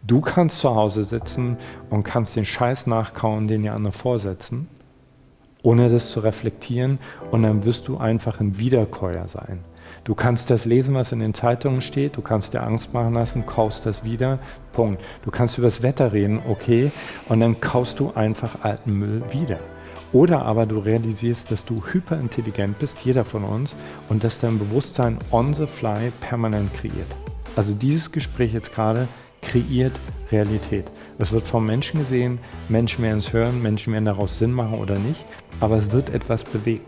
Du kannst zu Hause sitzen und kannst den Scheiß nachkauen, den dir andere vorsetzen, ohne das zu reflektieren, und dann wirst du einfach ein Wiederkäuer sein. Du kannst das lesen, was in den Zeitungen steht, du kannst dir Angst machen lassen, kaust das wieder, Punkt. Du kannst über das Wetter reden, okay, und dann kaust du einfach alten Müll wieder. Oder aber du realisierst, dass du hyperintelligent bist, jeder von uns, und dass dein Bewusstsein on the fly permanent kreiert. Also dieses Gespräch jetzt gerade kreiert Realität. Es wird vom Menschen gesehen, Menschen werden es hören, Menschen werden daraus Sinn machen oder nicht, aber es wird etwas bewegen.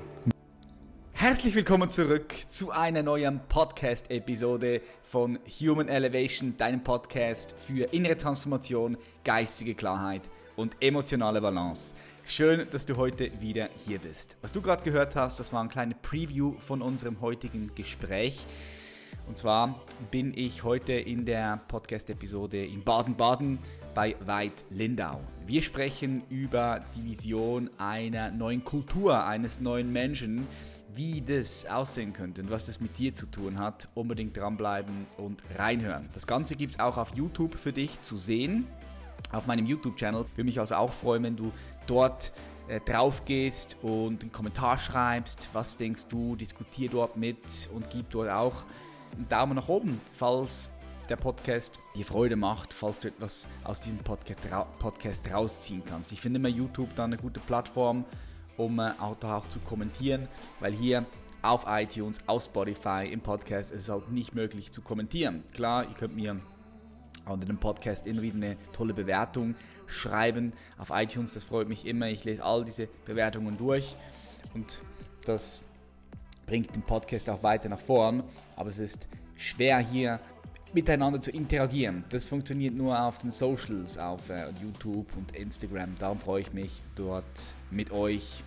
Herzlich willkommen zurück zu einer neuen Podcast-Episode von Human Elevation, deinem Podcast für innere Transformation, geistige Klarheit und emotionale Balance. Schön, dass du heute wieder hier bist. Was du gerade gehört hast, das war ein kleines Preview von unserem heutigen Gespräch. Und zwar bin ich heute in der Podcast-Episode in Baden-Baden bei Veit Lindau. Wir sprechen über die Vision einer neuen Kultur, eines neuen Menschen, wie das aussehen könnte und was das mit dir zu tun hat. Unbedingt dranbleiben und reinhören. Das Ganze gibt es auch auf YouTube für dich zu sehen, auf meinem YouTube-Channel. Würde mich also auch freuen, wenn du dort drauf gehst und einen Kommentar schreibst. Was denkst du? Diskutier dort mit und gib dort auch einen Daumen nach oben, falls der Podcast dir Freude macht, falls du etwas aus diesem Podcast rausziehen kannst. Ich finde immer YouTube dann eine gute Plattform, um auch zu kommentieren, weil hier auf iTunes, auf Spotify, im Podcast ist es halt nicht möglich zu kommentieren. Klar, ihr könnt mir unter dem Podcast immer wieder eine tolle Bewertung schreiben auf iTunes, das freut mich immer. Ich lese all diese Bewertungen durch und das bringt den Podcast auch weiter nach vorn, aber es ist schwer hier miteinander zu interagieren. Das funktioniert nur auf den Socials, auf YouTube und Instagram. Darum freue ich mich, dort mit euch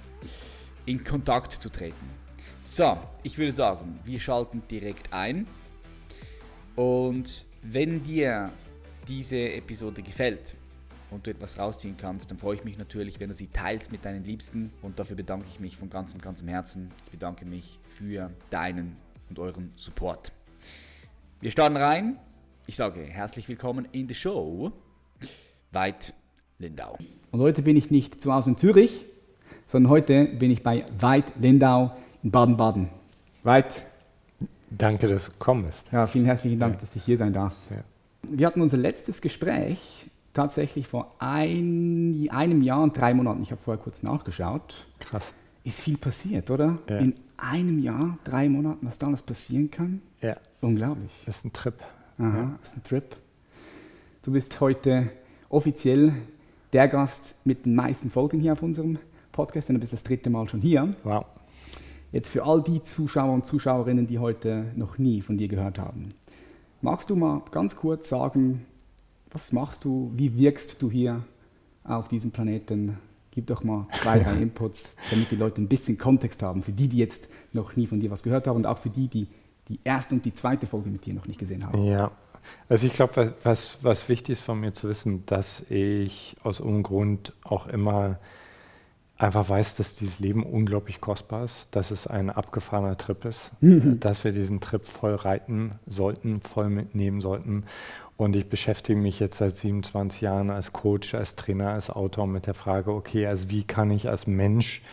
in Kontakt zu treten. So, ich würde sagen, wir schalten direkt ein. Und wenn dir diese Episode gefällt und du etwas rausziehen kannst, dann freue ich mich natürlich, wenn du sie teilst mit deinen Liebsten. Und dafür bedanke ich mich von ganzem Herzen. Ich bedanke mich für deinen und euren Support. Wir starten rein. Ich sage herzlich willkommen in der Show, Veit Lindau. Und heute bin ich nicht zu Hause in Zürich, sondern heute bin ich bei Veit Lindau in Baden-Baden. Veit. Danke, dass du gekommen bist. Ja, vielen herzlichen Dank, dass ich hier sein darf. Ja. Wir hatten unser letztes Gespräch tatsächlich vor einem Jahr und 3 Monaten. Ich habe vorher kurz nachgeschaut. Krass. Ist viel passiert, oder? Ja. In einem Jahr, 3 Monaten, was da alles passieren kann. Ja. Unglaublich. Das ist ein Trip. Aha, Ja. das ist ein Trip. Du bist heute offiziell der Gast mit den meisten Folgen hier auf unserem Podcast, denn du bist das 3. Mal schon hier. Wow. Jetzt für all die Zuschauer und Zuschauerinnen, die heute noch nie von dir gehört haben. Magst du mal ganz kurz sagen, was machst du, wie wirkst du hier auf diesem Planeten? Gib doch mal 2, 3 Inputs, damit die Leute ein bisschen Kontext haben, für die jetzt noch nie von dir was gehört haben und auch für die die erste und die zweite Folge mit dir noch nicht gesehen haben. Ja, also ich glaube, was wichtig ist von mir zu wissen, dass ich aus irgendeinem Grund auch immer einfach weiß, dass dieses Leben unglaublich kostbar ist, dass es ein abgefahrener Trip ist, dass wir diesen Trip voll reiten sollten, voll mitnehmen sollten. Und ich beschäftige mich jetzt seit 27 Jahren als Coach, als Trainer, als Autor mit der Frage, okay, also wie kann ich als Mensch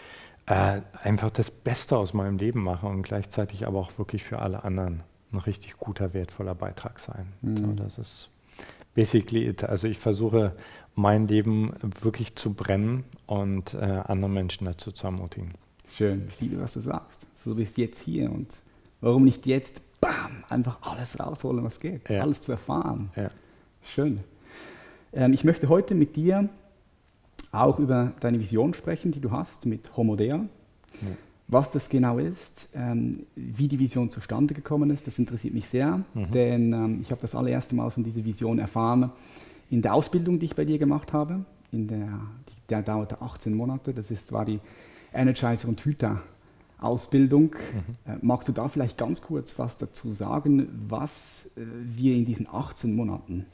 einfach das Beste aus meinem Leben machen und gleichzeitig aber auch wirklich für alle anderen ein richtig guter, wertvoller Beitrag sein. So, das ist basically it. Also ich versuche, mein Leben wirklich zu brennen und andere Menschen dazu zu ermutigen. Schön, ich liebe, was du sagst. So, du bist jetzt hier und warum nicht jetzt, bam, einfach alles rausholen, was geht, Ja. alles zu erfahren. Ja. Schön. Ich möchte heute mit dir auch über deine Vision sprechen, die du hast mit Homodea. Ja. Was das genau ist, wie die Vision zustande gekommen ist, das interessiert mich sehr, denn ich habe das allererste Mal von dieser Vision erfahren in der Ausbildung, die ich bei dir gemacht habe. Der dauerte 18 Monate, war die Energizer und Hüter Ausbildung. Magst du da vielleicht ganz kurz was dazu sagen, was wir in diesen 18 Monaten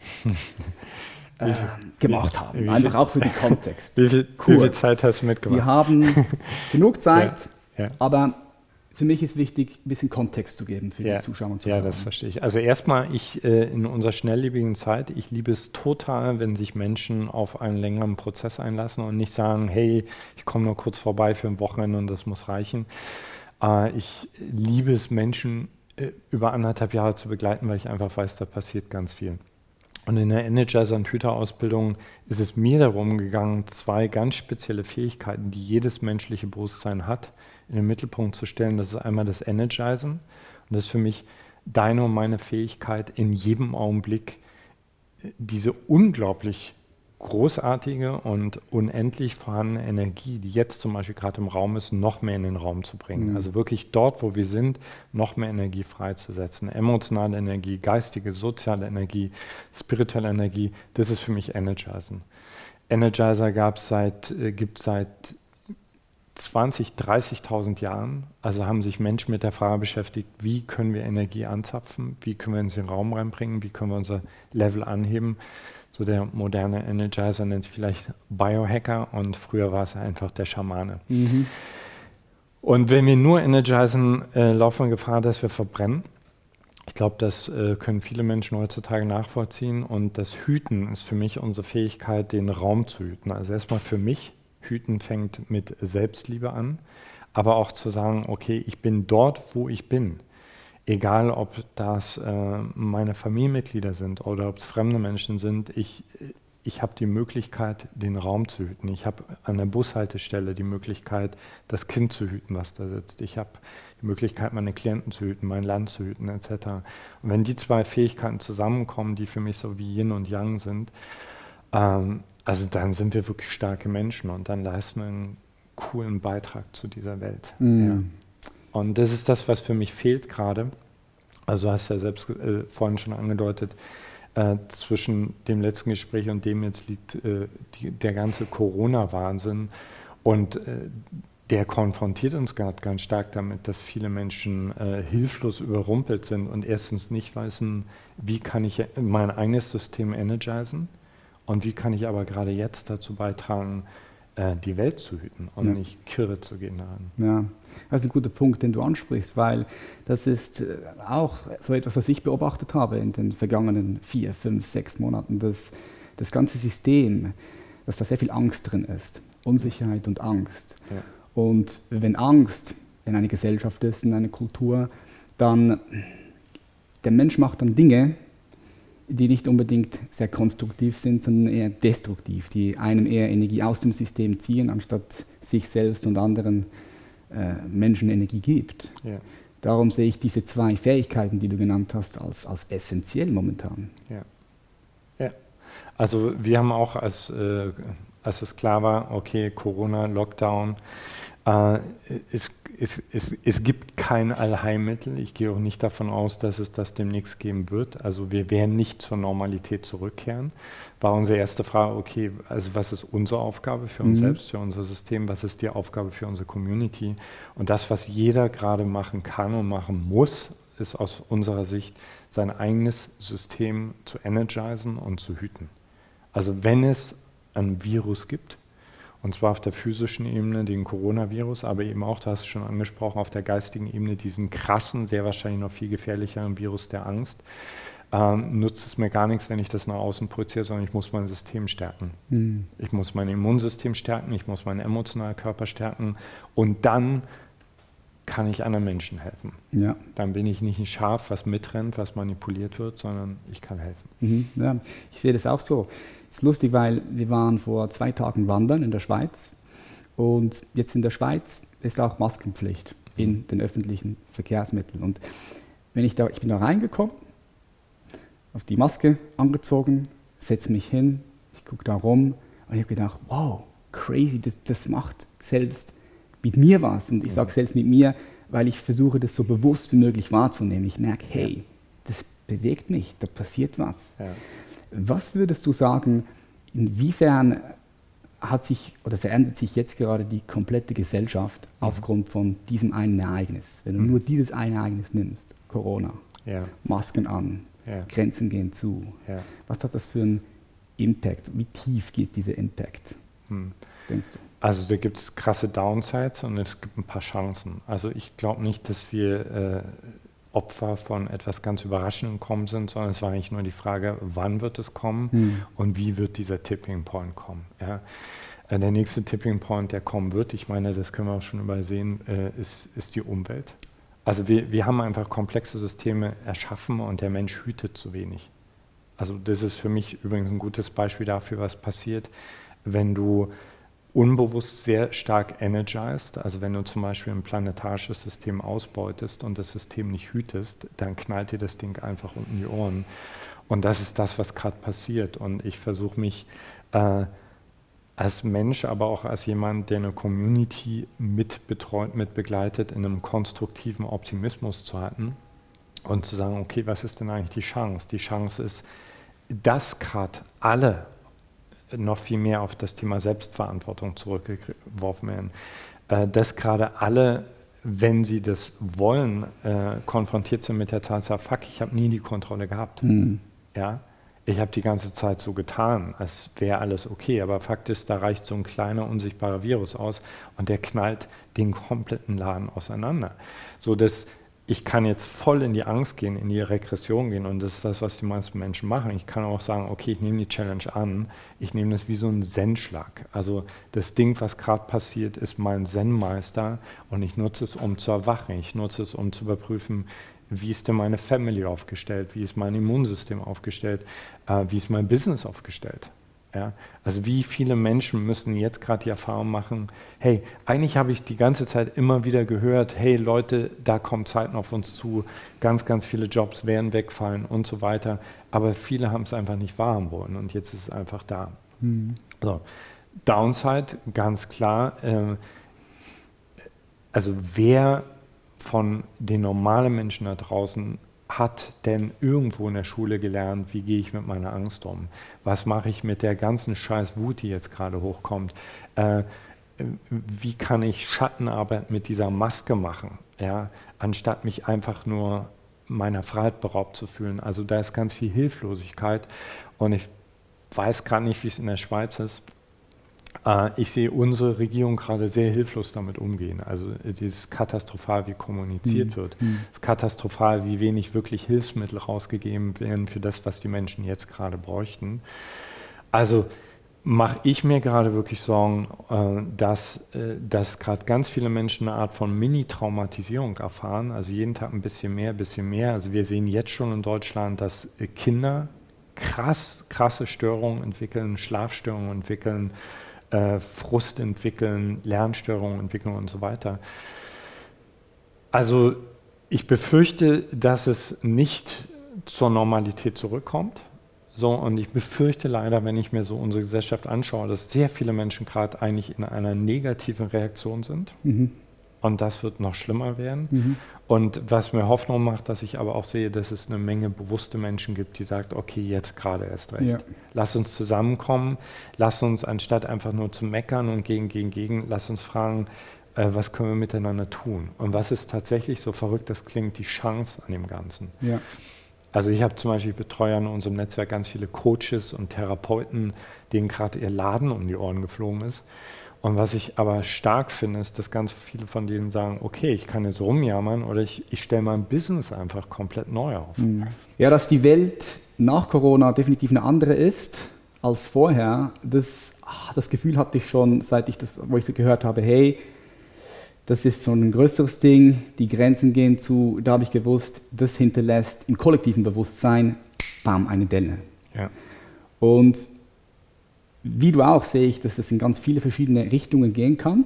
gemacht haben? Einfach auch für den Kontext. Wie viel Zeit hast du mitgemacht? Wir haben genug Zeit, Ja. aber für mich ist wichtig, ein bisschen Kontext zu geben für die Zuschauer und Zuschauer. Ja, das verstehe ich. Also erstmal, in unserer schnelllebigen Zeit, ich liebe es total, wenn sich Menschen auf einen längeren Prozess einlassen und nicht sagen, hey, ich komme nur kurz vorbei für ein Wochenende und das muss reichen. Ich liebe es, Menschen über 1,5 Jahre zu begleiten, weil ich einfach weiß, da passiert ganz viel. Und in der Energizer- und Hüter-Ausbildung ist es mir darum gegangen, 2 ganz spezielle Fähigkeiten, die jedes menschliche Bewusstsein hat, in den Mittelpunkt zu stellen. Das ist einmal das Energizen und das ist für mich deine und meine Fähigkeit, in jedem Augenblick diese unglaublich großartige und unendlich vorhandene Energie, die jetzt zum Beispiel gerade im Raum ist, noch mehr in den Raum zu bringen. Also wirklich dort, wo wir sind, noch mehr Energie freizusetzen. Emotionale Energie, geistige, soziale Energie, spirituelle Energie, das ist für mich Energizen. Energizer gibt es seit 20.000, 30.000 Jahren. Also haben sich Menschen mit der Frage beschäftigt, wie können wir Energie anzapfen, wie können wir uns in den Raum reinbringen, wie können wir unser Level anheben. So der moderne Energizer nennt sich vielleicht Biohacker und früher war es einfach der Schamane. Und wenn wir nur energizen, laufen wir Gefahr, dass wir verbrennen. Ich glaube, das können viele Menschen heutzutage nachvollziehen und das Hüten ist für mich unsere Fähigkeit, den Raum zu hüten. Also erstmal für mich, Hüten fängt mit Selbstliebe an, aber auch zu sagen, okay, ich bin dort, wo ich bin. Egal, ob das meine Familienmitglieder sind oder ob es fremde Menschen sind, ich habe die Möglichkeit, den Raum zu hüten. Ich habe an der Bushaltestelle die Möglichkeit, das Kind zu hüten, was da sitzt. Ich habe die Möglichkeit, meine Klienten zu hüten, mein Land zu hüten, etc. Und wenn die 2 Fähigkeiten zusammenkommen, die für mich so wie Yin und Yang sind, also dann sind wir wirklich starke Menschen und dann leisten wir einen coolen Beitrag zu dieser Welt. Ja. Und das ist das, was für mich fehlt gerade. Also hast du ja selbst vorhin schon angedeutet, zwischen dem letzten Gespräch und dem jetzt liegt der ganze Corona-Wahnsinn. Und der konfrontiert uns gerade ganz stark damit, dass viele Menschen hilflos überrumpelt sind und erstens nicht wissen, wie kann ich mein eigenes System energisen und wie kann ich aber gerade jetzt dazu beitragen, die Welt zu hüten und nicht kirre zu gehen daran. Ja, das ist ein guter Punkt, den du ansprichst, weil das ist auch so etwas, was ich beobachtet habe in den vergangenen 4, 5, 6 Monaten, dass das ganze System, dass da sehr viel Angst drin ist, Unsicherheit und Angst. Ja. Und wenn Angst in einer Gesellschaft ist, in einer Kultur, dann der Mensch macht dann Dinge, die nicht unbedingt sehr konstruktiv sind, sondern eher destruktiv, die einem eher Energie aus dem System ziehen, anstatt sich selbst und anderen Menschen Energie gibt. Ja. Darum sehe ich diese 2 Fähigkeiten, die du genannt hast, als essentiell momentan. Ja. Also wir haben auch, als es klar war, okay, Corona, Lockdown, es gibt kein Allheilmittel. Ich gehe auch nicht davon aus, dass es das demnächst geben wird. Also wir werden nicht zur Normalität zurückkehren. War unsere erste Frage, okay, also was ist unsere Aufgabe für uns selbst, für unser System, was ist die Aufgabe für unsere Community? Und das, was jeder gerade machen kann und machen muss, ist aus unserer Sicht, sein eigenes System zu energisen und zu hüten. Also wenn es ein Virus gibt, und zwar auf der physischen Ebene den Coronavirus, aber eben auch, du hast es schon angesprochen, auf der geistigen Ebene diesen krassen, sehr wahrscheinlich noch viel gefährlicheren Virus der Angst, nutzt es mir gar nichts, wenn ich das nach außen projiziere, sondern ich muss mein System stärken. Ich muss mein Immunsystem stärken, ich muss meinen emotionalen Körper stärken und dann kann ich anderen Menschen helfen. Ja. Dann bin ich nicht ein Schaf, was mitrennt, was manipuliert wird, sondern ich kann helfen. Ja, ich sehe das auch so. Es ist lustig, weil wir waren vor 2 Tagen wandern in der Schweiz und jetzt in der Schweiz ist auch Maskenpflicht in den öffentlichen Verkehrsmitteln. Und ich bin da reingekommen, auf die Maske angezogen, setze mich hin, ich gucke da rum und ich habe gedacht, wow, crazy, das macht selbst mit mir was. Und ich sage selbst mit mir, weil ich versuche, das so bewusst wie möglich wahrzunehmen. Ich merke, hey, das bewegt mich, da passiert was. Ja. Was würdest du sagen, inwiefern hat sich oder verändert sich jetzt gerade die komplette Gesellschaft aufgrund von diesem einen Ereignis? Wenn du nur dieses eine Ereignis nimmst, Corona, Masken an, Grenzen gehen zu. Ja. Was hat das für einen Impact? Wie tief geht dieser Impact? Was denkst du? Also da gibt es krasse Downsides und es gibt ein paar Chancen. Also ich glaube nicht, dass wir Opfer von etwas ganz Überraschendem kommen sind, sondern es war eigentlich nur die Frage, wann wird es kommen und wie wird dieser Tipping Point kommen. Ja? Der nächste Tipping Point, der kommen wird, ich meine, das können wir auch schon übersehen, ist die Umwelt. Also wir haben einfach komplexe Systeme erschaffen und der Mensch hütet zu wenig. Also das ist für mich übrigens ein gutes Beispiel dafür, was passiert, wenn du unbewusst sehr stark energized, also wenn du zum Beispiel ein planetarisches System ausbeutest und das System nicht hütest, dann knallt dir das Ding einfach unten die Ohren. Und das ist das, was gerade passiert. Und ich versuche mich als Mensch, aber auch als jemand, der eine Community mitbetreut, mitbegleitet, in einem konstruktiven Optimismus zu halten und zu sagen, okay, was ist denn eigentlich die Chance? Die Chance ist, dass gerade alle noch viel mehr auf das Thema Selbstverantwortung zurückgeworfen werden. Dass gerade alle, wenn sie das wollen, konfrontiert sind mit der Tatsache, fuck, ich habe nie die Kontrolle gehabt. Ja? Ich habe die ganze Zeit so getan, als wäre alles okay, aber Fakt ist, da reicht so ein kleiner, unsichtbarer Virus aus und der knallt den kompletten Laden auseinander. So dass ich kann jetzt voll in die Angst gehen, in die Regression gehen und das ist das, was die meisten Menschen machen. Ich kann auch sagen, okay, ich nehme die Challenge an, ich nehme das wie so einen Zen-Schlag. Also das Ding, was gerade passiert, ist mein Zen-Meister und ich nutze es, um zu erwachen. Ich nutze es, um zu überprüfen, wie ist denn meine Family aufgestellt, wie ist mein Immunsystem aufgestellt, wie ist mein Business aufgestellt. Ja, also wie viele Menschen müssen jetzt gerade die Erfahrung machen, hey, eigentlich habe ich die ganze Zeit immer wieder gehört, hey Leute, da kommen Zeiten auf uns zu, ganz, ganz viele Jobs werden wegfallen und so weiter, aber viele haben es einfach nicht wahrhaben wollen und jetzt ist es einfach da. So. Downside, ganz klar, also wer von den normalen Menschen da draußen hat denn irgendwo in der Schule gelernt, wie gehe ich mit meiner Angst um? Was mache ich mit der ganzen scheiß Wut, die jetzt gerade hochkommt? Wie kann ich Schattenarbeit mit dieser Maske machen, ja? Anstatt mich einfach nur meiner Freiheit beraubt zu fühlen? Also da ist ganz viel Hilflosigkeit und ich weiß gerade nicht, wie es in der Schweiz ist. Ich sehe unsere Regierung gerade sehr hilflos damit umgehen. Also es ist katastrophal, wie kommuniziert wird. Es ist katastrophal, wie wenig wirklich Hilfsmittel rausgegeben werden für das, was die Menschen jetzt gerade bräuchten. Also mache ich mir gerade wirklich Sorgen, dass gerade ganz viele Menschen eine Art von Mini-Traumatisierung erfahren. Also jeden Tag ein bisschen mehr, bisschen mehr. Also wir sehen jetzt schon in Deutschland, dass Kinder krasse Störungen entwickeln, Schlafstörungen entwickeln, Frust entwickeln, Lernstörungen entwickeln und so weiter. Also ich befürchte, dass es nicht zur Normalität zurückkommt. So, und ich befürchte leider, wenn ich mir so unsere Gesellschaft anschaue, dass sehr viele Menschen gerade eigentlich in einer negativen Reaktion sind. Und das wird noch schlimmer werden. Und was mir Hoffnung macht, dass ich aber auch sehe, dass es eine Menge bewusste Menschen gibt, die sagt, okay, jetzt gerade erst recht. Ja. Lass uns zusammenkommen, lass uns, anstatt einfach nur zu meckern und gegen, lass uns fragen, was können wir miteinander tun? Und was ist tatsächlich, so verrückt das klingt, die Chance an dem Ganzen? Ja. Also ich habe zum Beispiel Betreuer in unserem Netzwerk ganz viele Coaches und Therapeuten, denen gerade ihr Laden um die Ohren geflogen ist. Und was ich aber stark finde, ist, dass ganz viele von denen sagen, okay, ich kann jetzt rumjammern oder ich stelle mein Business einfach komplett neu auf. Ja, dass die Welt nach Corona definitiv eine andere ist als vorher, das Gefühl hatte ich schon, seit ich das, wo ich gehört habe, hey, das ist so ein größeres Ding, die Grenzen gehen zu, da habe ich gewusst, das hinterlässt im kollektiven Bewusstsein, bam, eine Delle. Ja. Und wie du auch, sehe ich, dass es in ganz viele verschiedene Richtungen gehen kann.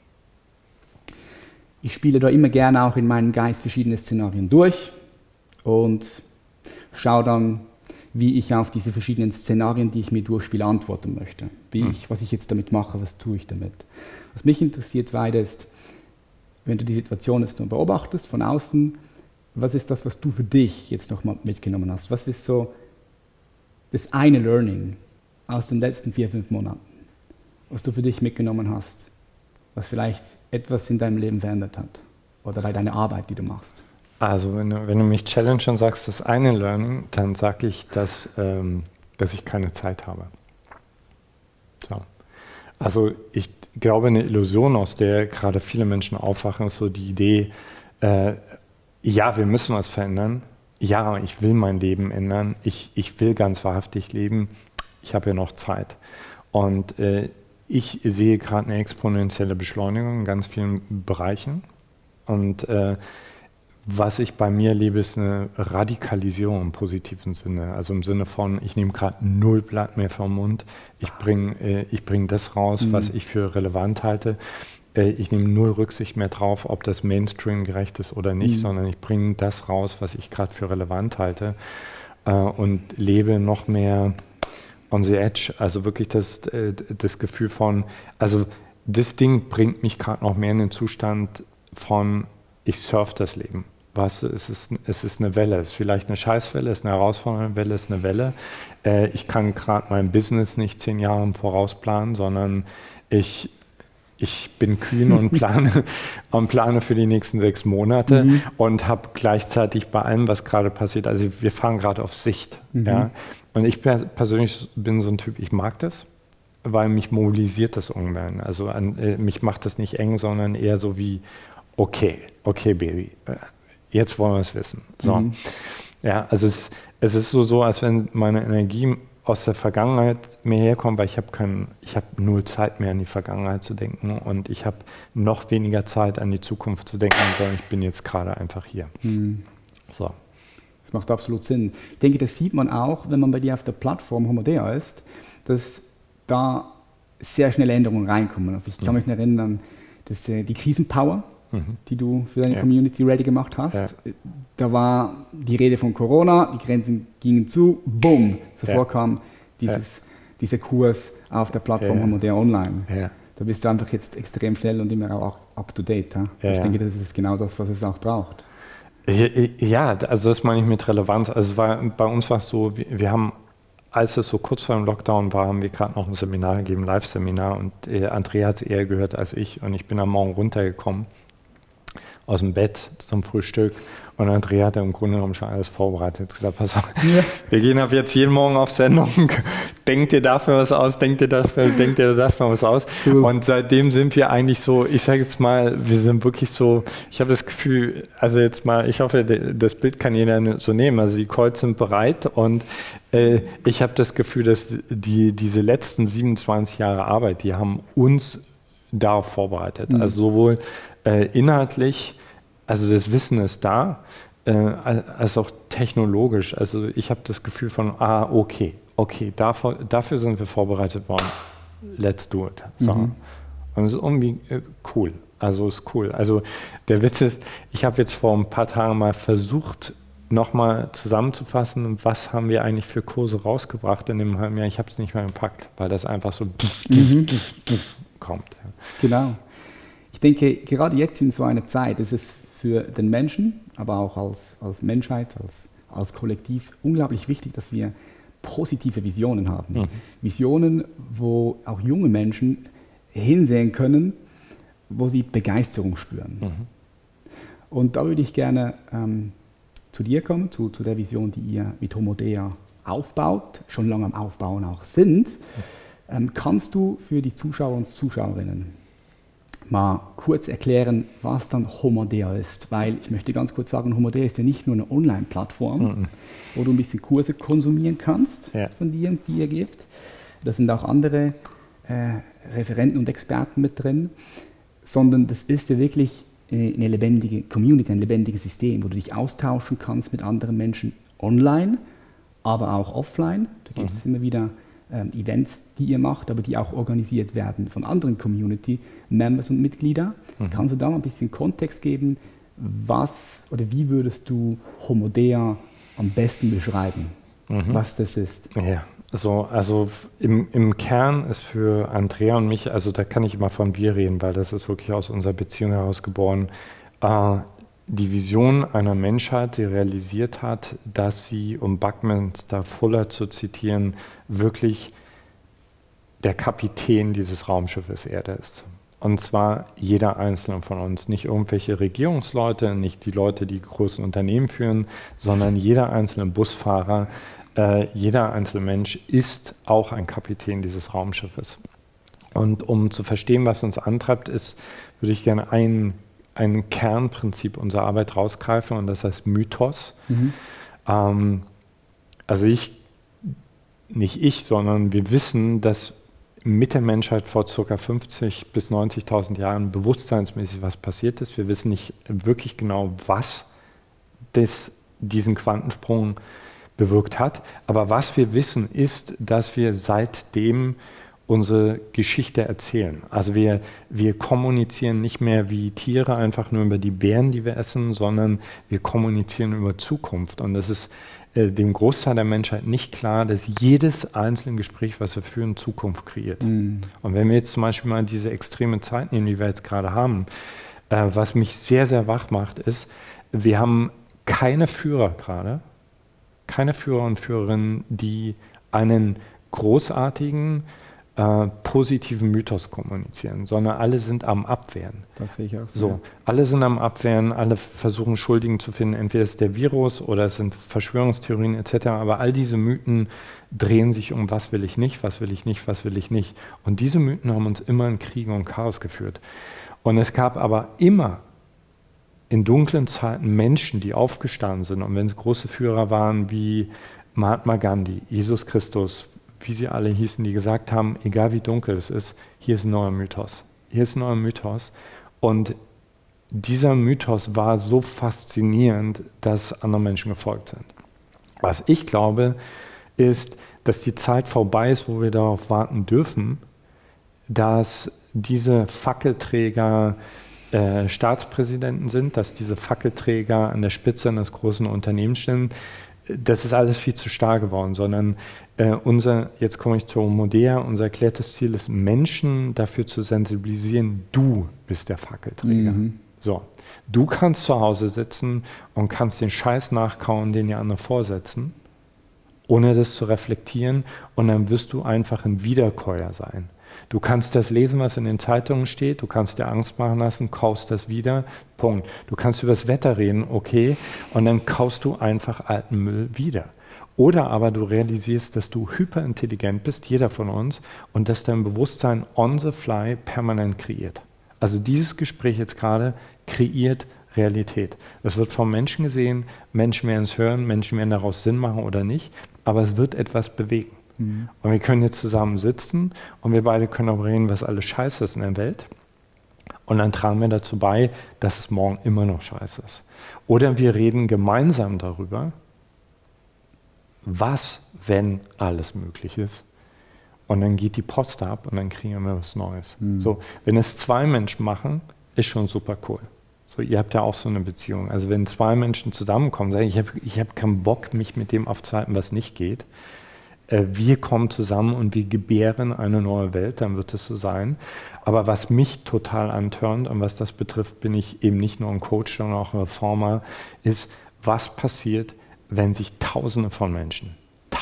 Ich spiele da immer gerne auch in meinem Geist verschiedene Szenarien durch und schaue dann, wie ich auf diese verschiedenen Szenarien, die ich mir durchspiele, antworten möchte. Was ich jetzt damit mache, was tue ich damit. Was mich interessiert weiter ist, wenn du die Situation jetzt nur beobachtest von außen, was ist das, was du für dich jetzt nochmal mitgenommen hast? Was ist so das eine Learning aus den letzten 4-5 Monaten, was du für dich mitgenommen hast, was vielleicht etwas in deinem Leben verändert hat oder bei deiner Arbeit, die du machst? Also wenn du mich challenge und sagst, das eine Learning, dann sage ich, dass ich keine Zeit habe. So. Also ich glaube, eine Illusion, aus der gerade viele Menschen aufwachen, ist so die Idee, ja, wir müssen was verändern. Ja, ich will mein Leben ändern. Ich will ganz wahrhaftig leben. Ich habe ja noch Zeit. Und ich sehe gerade eine exponentielle Beschleunigung in ganz vielen Bereichen. Und was ich bei mir erlebe, ist eine Radikalisierung im positiven Sinne. Also im Sinne von, ich nehme gerade null Blatt mehr vom Mund. Ich bring das raus, was ich für relevant halte. Ich nehme null Rücksicht mehr drauf, ob das Mainstream gerecht ist oder nicht, sondern ich bringe das raus, was ich gerade für relevant halte und lebe noch mehr on the edge. Also wirklich das Gefühl von, also das Ding bringt mich gerade noch mehr in den Zustand von, ich surfe das Leben. Es ist eine Welle, es ist vielleicht eine Scheißwelle, es ist eine herausfordernde Welle, es ist eine Welle. Ich kann gerade mein Business nicht 10 Jahre im Voraus planen, sondern ich bin kühn und plane für die nächsten 6 Monate und habe gleichzeitig bei allem, was gerade passiert, also wir fahren gerade auf Sicht. Ja? Und ich persönlich bin so ein Typ, ich mag das, weil mich mobilisiert das ungern. Also mich macht das nicht eng, sondern eher so wie, okay, Baby, jetzt wollen wir es wissen. So. Ja, also es ist so, als wenn meine Energie aus der Vergangenheit mehr herkommt, weil ich habe null Zeit mehr an die Vergangenheit zu denken und ich habe noch weniger Zeit an die Zukunft zu denken, sondern ich bin jetzt gerade einfach hier. So. Das macht absolut Sinn. Ich denke, das sieht man auch, wenn man bei dir auf der Plattform Homodea ist, dass da sehr schnelle Änderungen reinkommen. Also ich kann mich erinnern, dass die Krisenpower, die du für deine Community ready gemacht hast, da war die Rede von Corona, die Grenzen gingen zu, boom, sofort kam dieser Kurs auf der Plattform Homodea Online. Da bist du einfach jetzt extrem schnell und immer auch up to date. Ich denke, das ist genau das, was es auch braucht. Ja, also das meine ich mit Relevanz. Also bei uns war es so, wir haben, als es so kurz vor dem Lockdown war, haben wir gerade noch ein Seminar gegeben, Live-Seminar, und Andrea hat es eher gehört als ich, und ich bin am Morgen runtergekommen aus dem Bett zum Frühstück, und Andrea hat im Grunde genommen schon alles vorbereitet. Gesagt, pass auf, wir gehen ab jetzt jeden Morgen auf Sendung, denkt ihr dafür was aus, denkt ihr dafür was aus. Und seitdem sind wir eigentlich so, ich sage jetzt mal, wir sind wirklich so, ich habe das Gefühl, also jetzt mal, ich hoffe, das Bild kann jeder so nehmen, also die Calls sind bereit, und ich habe das Gefühl, dass diese letzten 27 Jahre Arbeit, die haben uns darauf vorbereitet. Also sowohl inhaltlich, also das Wissen ist da, als auch technologisch. Also ich habe das Gefühl von, okay, dafür sind wir vorbereitet worden. Let's do it. So. Und es ist irgendwie cool. Also es ist cool. Also der Witz ist, ich habe jetzt vor ein paar Tagen mal versucht, nochmal zusammenzufassen, was haben wir eigentlich für Kurse rausgebracht in dem halben Jahr. Ich habe es nicht mehr gepackt, weil das einfach so kommt. Ja. Genau. Ich denke, gerade jetzt in so einer Zeit ist es für den Menschen, aber auch als Menschheit, als Kollektiv unglaublich wichtig, dass wir positive Visionen haben. Visionen, wo auch junge Menschen hinsehen können, wo sie Begeisterung spüren. Und da würde ich gerne zu dir kommen, zu der Vision, die ihr mit Homodea aufbaut, schon lange am Aufbauen auch sind. Kannst du für die Zuschauer und Zuschauerinnen mal kurz erklären, was dann Homodea ist? Weil ich möchte ganz kurz sagen, Homodea ist ja nicht nur eine Online-Plattform, wo du ein bisschen Kurse konsumieren kannst von dir, die ihr gebt. Da sind auch andere Referenten und Experten mit drin, sondern das ist ja wirklich eine lebendige Community, ein lebendiges System, wo du dich austauschen kannst mit anderen Menschen online, aber auch offline. Da gibt es immer wieder Events, die ihr macht, aber die auch organisiert werden von anderen Community-Members und Mitgliedern. Kannst du da mal ein bisschen Kontext geben, was oder wie würdest du Homodea am besten beschreiben, was das ist? Ja, also im Kern ist für Andrea und mich, also da kann ich immer von wir reden, weil das ist wirklich aus unserer Beziehung heraus geboren, die Vision einer Menschheit, die realisiert hat, dass sie, um Buckminster Fuller zu zitieren, wirklich der Kapitän dieses Raumschiffes Erde ist. Und zwar jeder Einzelne von uns, nicht irgendwelche Regierungsleute, nicht die Leute, die großen Unternehmen führen, sondern jeder einzelne Busfahrer, jeder einzelne Mensch ist auch ein Kapitän dieses Raumschiffes. Und um zu verstehen, was uns antreibt, würde ich gerne ein Kernprinzip unserer Arbeit rausgreifen, und das heißt Mythos. Also nicht ich, sondern wir wissen, dass mit der Menschheit vor ca. 50.000 bis 90.000 Jahren bewusstseinsmäßig was passiert ist. Wir wissen nicht wirklich genau, was diesen Quantensprung bewirkt hat. Aber was wir wissen, ist, dass wir seitdem unsere Geschichte erzählen. Also wir kommunizieren nicht mehr wie Tiere einfach nur über die Beeren, die wir essen, sondern wir kommunizieren über Zukunft. Und das ist dem Großteil der Menschheit nicht klar, dass jedes einzelne Gespräch, was wir führen, Zukunft kreiert. Und wenn wir jetzt zum Beispiel mal diese extreme Zeit nehmen, die wir jetzt gerade haben, was mich sehr, sehr wach macht, ist, wir haben keine Führer gerade, keine Führer und Führerinnen, die einen großartigen, positiven Mythos kommunizieren, sondern alle sind am Abwehren. Das sehe ich auch so. So, alle sind am Abwehren, alle versuchen Schuldigen zu finden, entweder ist der Virus oder es sind Verschwörungstheorien etc., aber all diese Mythen drehen sich um, was will ich nicht, was will ich nicht, was will ich nicht. Und diese Mythen haben uns immer in Kriege und Chaos geführt. Und es gab aber immer in dunklen Zeiten Menschen, die aufgestanden sind, und wenn es große Führer waren wie Mahatma Gandhi, Jesus Christus, wie sie alle hießen, die gesagt haben, egal wie dunkel es ist, hier ist ein neuer Mythos. Hier ist ein neuer Mythos. Und dieser Mythos war so faszinierend, dass andere Menschen gefolgt sind. Was ich glaube, ist, dass die Zeit vorbei ist, wo wir darauf warten dürfen, dass diese Fackelträger Staatspräsidenten sind, dass diese Fackelträger an der Spitze eines großen Unternehmens stehen. Das ist alles viel zu stark geworden, sondern jetzt komme ich zu Homodea, unser erklärtes Ziel ist, Menschen dafür zu sensibilisieren, du bist der Fackelträger. So, du kannst zu Hause sitzen und kannst den Scheiß nachkauen, den dir andere vorsetzen, ohne das zu reflektieren, und dann wirst du einfach ein Wiederkäuer sein. Du kannst das lesen, was in den Zeitungen steht, du kannst dir Angst machen lassen, kaust das wieder, Punkt. Du kannst über das Wetter reden, okay, und dann kaust du einfach alten Müll wieder. Oder aber du realisierst, dass du hyperintelligent bist, jeder von uns, und dass dein Bewusstsein on the fly permanent kreiert. Also dieses Gespräch jetzt gerade kreiert Realität. Es wird vom Menschen gesehen, Menschen werden es hören, Menschen werden daraus Sinn machen oder nicht, aber es wird etwas bewegen. Und wir können jetzt zusammen sitzen und wir beide können auch reden, was alles scheiße ist in der Welt. Und dann tragen wir dazu bei, dass es morgen immer noch scheiße ist. Oder wir reden gemeinsam darüber, was, wenn alles möglich ist. Und dann geht die Post ab und dann kriegen wir was Neues. So, wenn es zwei Menschen machen, ist schon super cool. So, ihr habt ja auch so eine Beziehung. Also wenn zwei Menschen zusammenkommen, sagen, ich hab keinen Bock, mich mit dem aufzuhalten, was nicht geht. Wir kommen zusammen und wir gebären eine neue Welt, dann wird es so sein. Aber was mich total antörnt und was das betrifft, bin ich eben nicht nur ein Coach, sondern auch ein Reformer, ist, was passiert, wenn sich Tausende von Menschen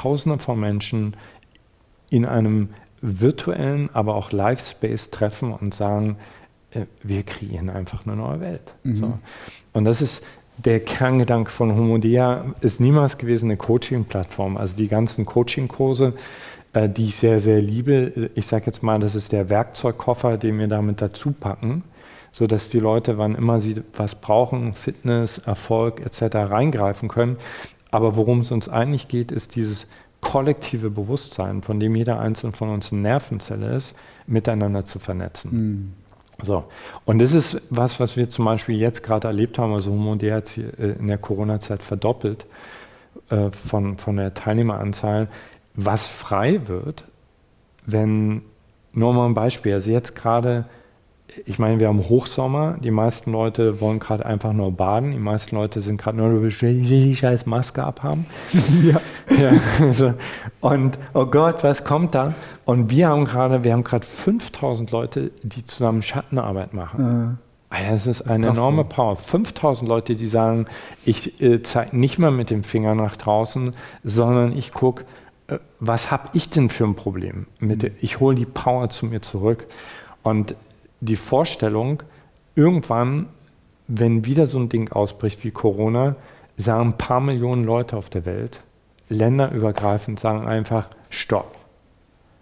in einem virtuellen, aber auch Live-Space treffen und sagen, wir kreieren einfach eine neue Welt. So. Und das ist der Kerngedanke von Homodea, ist niemals gewesen eine Coaching-Plattform. Also die ganzen Coaching-Kurse, die ich sehr, sehr liebe, ich sage jetzt mal, das ist der Werkzeugkoffer, den wir damit dazu packen, sodass die Leute, wann immer sie was brauchen, Fitness, Erfolg etc. reingreifen können. Aber worum es uns eigentlich geht, ist dieses kollektive Bewusstsein, von dem jeder einzelne von uns eine Nervenzelle ist, miteinander zu vernetzen. So. Und das ist was wir zum Beispiel jetzt gerade erlebt haben. Also Homodea hat sich in der Corona-Zeit verdoppelt von der Teilnehmeranzahl, was frei wird, wenn, nur mal ein Beispiel, also jetzt gerade, ich meine, wir haben Hochsommer, die meisten Leute wollen gerade einfach nur baden, die meisten Leute sind gerade nur, ich will die scheiß Maske abhaben. Ja, also, und oh Gott, was kommt da? Und wir haben gerade 5000 Leute, die zusammen Schattenarbeit machen. Alter, das ist eine enorme Power. 5000 Leute, die sagen, ich zeige nicht mal mit dem Finger nach draußen, sondern ich gucke, was habe ich denn für ein Problem? Ich hole die Power zu mir zurück. Und die Vorstellung, irgendwann, wenn wieder so ein Ding ausbricht wie Corona, sagen ein paar Millionen Leute auf der Welt, länderübergreifend, sagen einfach Stopp.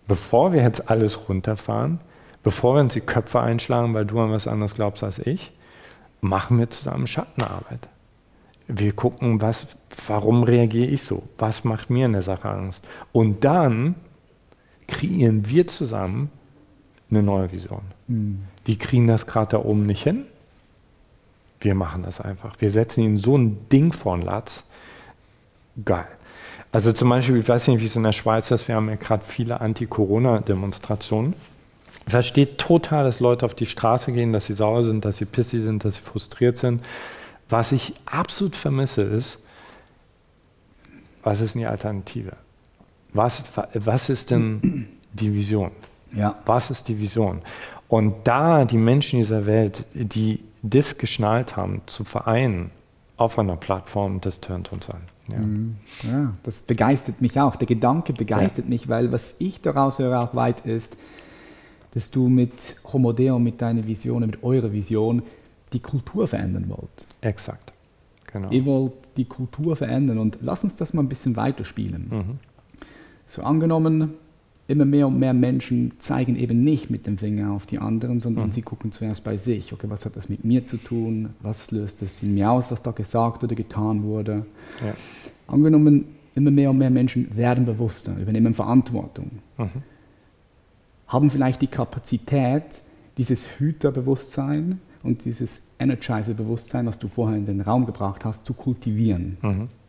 bevor wir jetzt alles runterfahren, bevor wir uns die Köpfe einschlagen, weil du an was anderes glaubst als ich, machen wir zusammen Schattenarbeit. Wir gucken, warum reagiere ich so? Was macht mir in der Sache Angst? Und dann kreieren wir zusammen eine neue Vision. Die kriegen das gerade da oben nicht hin. Wir machen das einfach. Wir setzen ihnen so ein Ding vor den Latz. Geil. Also zum Beispiel, ich weiß nicht, wie es in der Schweiz ist, wir haben ja gerade viele Anti-Corona-Demonstrationen. Ich verstehe total, dass Leute auf die Straße gehen, dass sie sauer sind, dass sie pissig sind, dass sie frustriert sind. Was ich absolut vermisse ist, was ist denn die Alternative? Was ist denn die Vision? Ja. Was ist die Vision? Und da die Menschen dieser Welt, die das geschnallt haben, zu vereinen auf einer Plattform, das tönt uns an. Ja. Ja, das begeistert mich auch. Der Gedanke begeistert mich, weil was ich daraus höre auch weit ist, dass du mit Homodeo, mit deiner Vision, mit eurer Vision die Kultur verändern wollt. Exakt, genau. Ihr wollt die Kultur verändern und lass uns das mal ein bisschen weiterspielen. So angenommen, immer mehr und mehr Menschen zeigen eben nicht mit dem Finger auf die anderen, sondern sie gucken zuerst bei sich. Okay, was hat das mit mir zu tun? Was löst das in mir aus, was da gesagt oder getan wurde? Ja. Angenommen, immer mehr und mehr Menschen werden bewusster, übernehmen Verantwortung. Haben vielleicht die Kapazität, dieses Hüterbewusstsein und dieses Energizer-Bewusstsein, was du vorher in den Raum gebracht hast, zu kultivieren.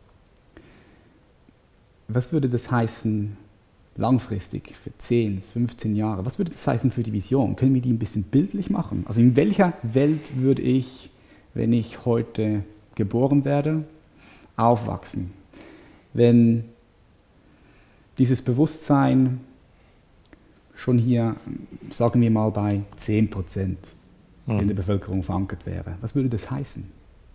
Was würde das heißen langfristig, für 10, 15 Jahre? Was würde das heißen für die Vision? Können wir die ein bisschen bildlich machen? Also in welcher Welt würde ich, wenn ich heute geboren werde, aufwachsen? Wenn dieses Bewusstsein schon hier, sagen wir mal, bei 10% in der Bevölkerung verankert wäre. Was würde das heißen?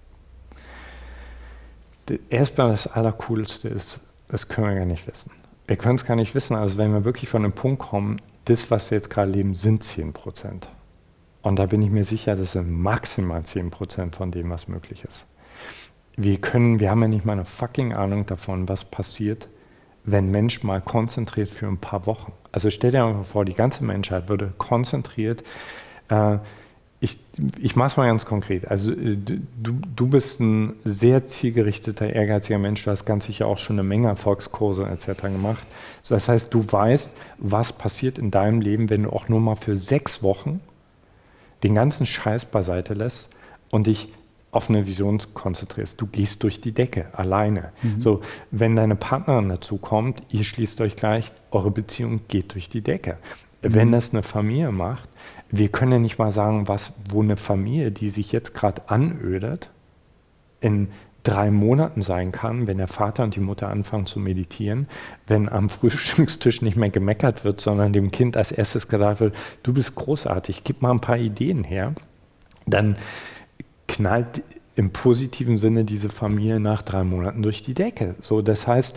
Erstmal das Allercoolste ist, das können wir gar nicht wissen. Wir können es gar nicht wissen, also wenn wir wirklich von einem Punkt kommen, das, was wir jetzt gerade leben, sind 10%. Und da bin ich mir sicher, das sind maximal 10% von dem, was möglich ist. Wir haben ja nicht mal eine fucking Ahnung davon, was passiert, wenn Mensch mal konzentriert für ein paar Wochen. Also stell dir mal vor, die ganze Menschheit würde konzentriert, ich mache es mal ganz konkret, also du bist ein sehr zielgerichteter, ehrgeiziger Mensch, du hast ganz sicher auch schon eine Menge Erfolgskurse etc. gemacht. So, das heißt, du weißt, was passiert in deinem Leben, wenn du auch nur mal für 6 Wochen den ganzen Scheiß beiseite lässt und dich auf eine Vision konzentrierst. Du gehst durch die Decke, alleine. So, wenn deine Partnerin dazu kommt, ihr schließt euch gleich, eure Beziehung geht durch die Decke. Wenn das eine Familie macht, wir können ja nicht mal sagen, wo eine Familie, die sich jetzt gerade anödet, in 3 Monaten sein kann, wenn der Vater und die Mutter anfangen zu meditieren, wenn am Frühstückstisch nicht mehr gemeckert wird, sondern dem Kind als erstes gesagt wird, du bist großartig, gib mal ein paar Ideen her, dann knallt im positiven Sinne diese Familie nach 3 Monaten durch die Decke. So, das heißt,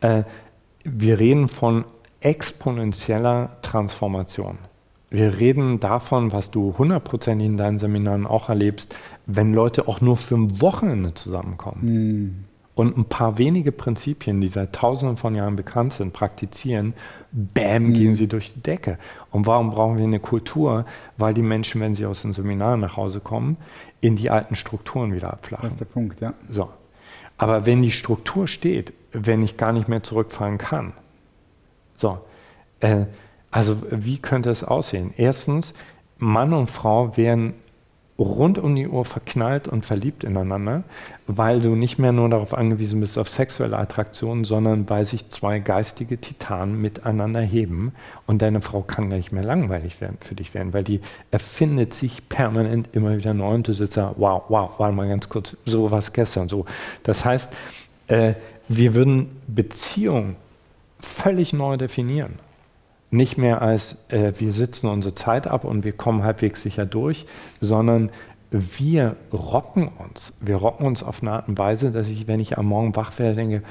wir reden von exponentieller Transformation. Wir reden davon, was du 100% in deinen Seminaren auch erlebst, wenn Leute auch nur für ein Wochenende zusammenkommen und ein paar wenige Prinzipien, die seit Tausenden von Jahren bekannt sind, praktizieren, bam, gehen sie durch die Decke. Und warum brauchen wir eine Kultur? Weil die Menschen, wenn sie aus den Seminaren nach Hause kommen, in die alten Strukturen wieder abflachen. Das ist der Punkt, ja. So. Aber wenn die Struktur steht, wenn ich gar nicht mehr zurückfallen kann, so, also wie könnte es aussehen? Erstens, Mann und Frau wären rund um die Uhr verknallt und verliebt ineinander, weil du nicht mehr nur darauf angewiesen bist auf sexuelle Attraktion, sondern weil sich 2 geistige Titanen miteinander heben und deine Frau kann gar nicht mehr langweilig für dich werden, weil die erfindet sich permanent immer wieder neu und du sitzt da, wow, warte mal ganz kurz, so was gestern so. Das heißt, wir würden Beziehung völlig neu definieren. Nicht mehr als, wir sitzen unsere Zeit ab und wir kommen halbwegs sicher durch, sondern wir rocken uns. Wir rocken uns auf eine Art und Weise, dass ich, wenn ich am Morgen wach werde, denke,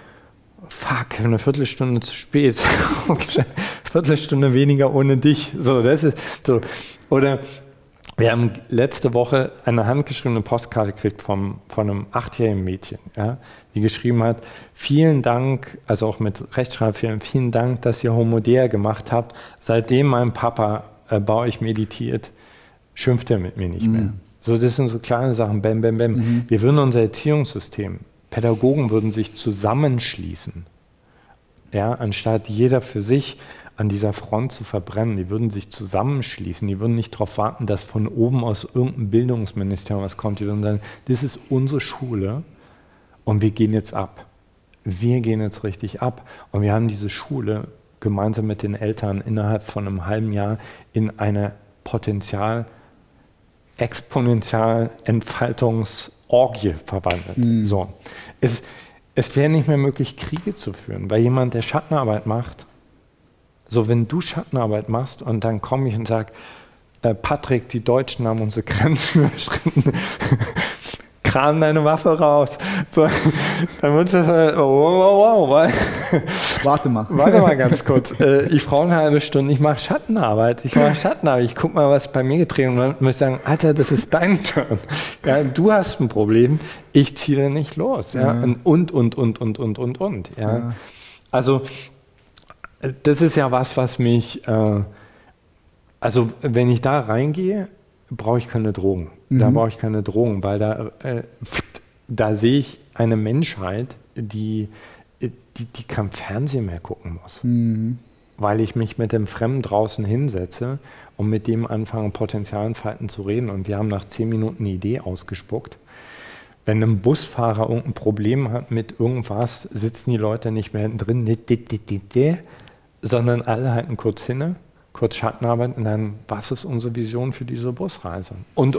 fuck, eine Viertelstunde zu spät. Viertelstunde weniger ohne dich. So, das ist so. Oder Wir haben letzte Woche eine handgeschriebene Postkarte gekriegt von einem 8-jährigen Mädchen, ja, die geschrieben hat, vielen Dank, also auch mit Rechtschreibfehlern, vielen Dank, dass ihr Homodea gemacht habt. Seitdem mein Papa bei euch meditiert, schimpft er mit mir nicht mehr. So, das sind so kleine Sachen, bam, bam, bam. Wir würden unser Erziehungssystem, Pädagogen würden sich zusammenschließen, ja, anstatt jeder für sich an dieser Front zu verbrennen. Die würden sich zusammenschließen, die würden nicht darauf warten, dass von oben aus irgendeinem Bildungsministerium was kommt. Die würden sagen, das ist unsere Schule und wir gehen jetzt ab. Wir gehen jetzt richtig ab. Und wir haben diese Schule gemeinsam mit den Eltern innerhalb von einem halben Jahr in eine exponential Entfaltungsorgie verwandelt. So. Es wäre nicht mehr möglich, Kriege zu führen, weil jemand, der Schattenarbeit macht, so, wenn du Schattenarbeit machst und dann komme ich und sage, Patrick, die Deutschen haben unsere Grenzen überschritten, kram deine Waffe raus. So, dann wird das wow. Warte mal ganz kurz. Ich brauche eine halbe Stunde, ich mache Schattenarbeit. Ich gucke mal, was bei mir getreten ist. Und dann muss ich sagen, Alter, das ist dein Turn. Ja, du hast ein Problem, ich ziehe nicht los. Ja? Und. Ja? Also, das ist ja was mich, also wenn ich da reingehe, brauche ich keine Drogen. Da brauche ich keine Drogen, weil da sehe ich eine Menschheit, die kein Fernsehen mehr gucken muss. Weil ich mich mit dem Fremden draußen hinsetze und mit dem anfange, Potenzialentfalten zu reden. Und wir haben nach 10 Minuten eine Idee ausgespuckt. Wenn ein Busfahrer irgendein Problem hat mit irgendwas, sitzen die Leute nicht mehr hinten drin, sondern alle halten kurz inne, kurz Schattenarbeit und dann, was ist unsere Vision für diese Busreise? Und.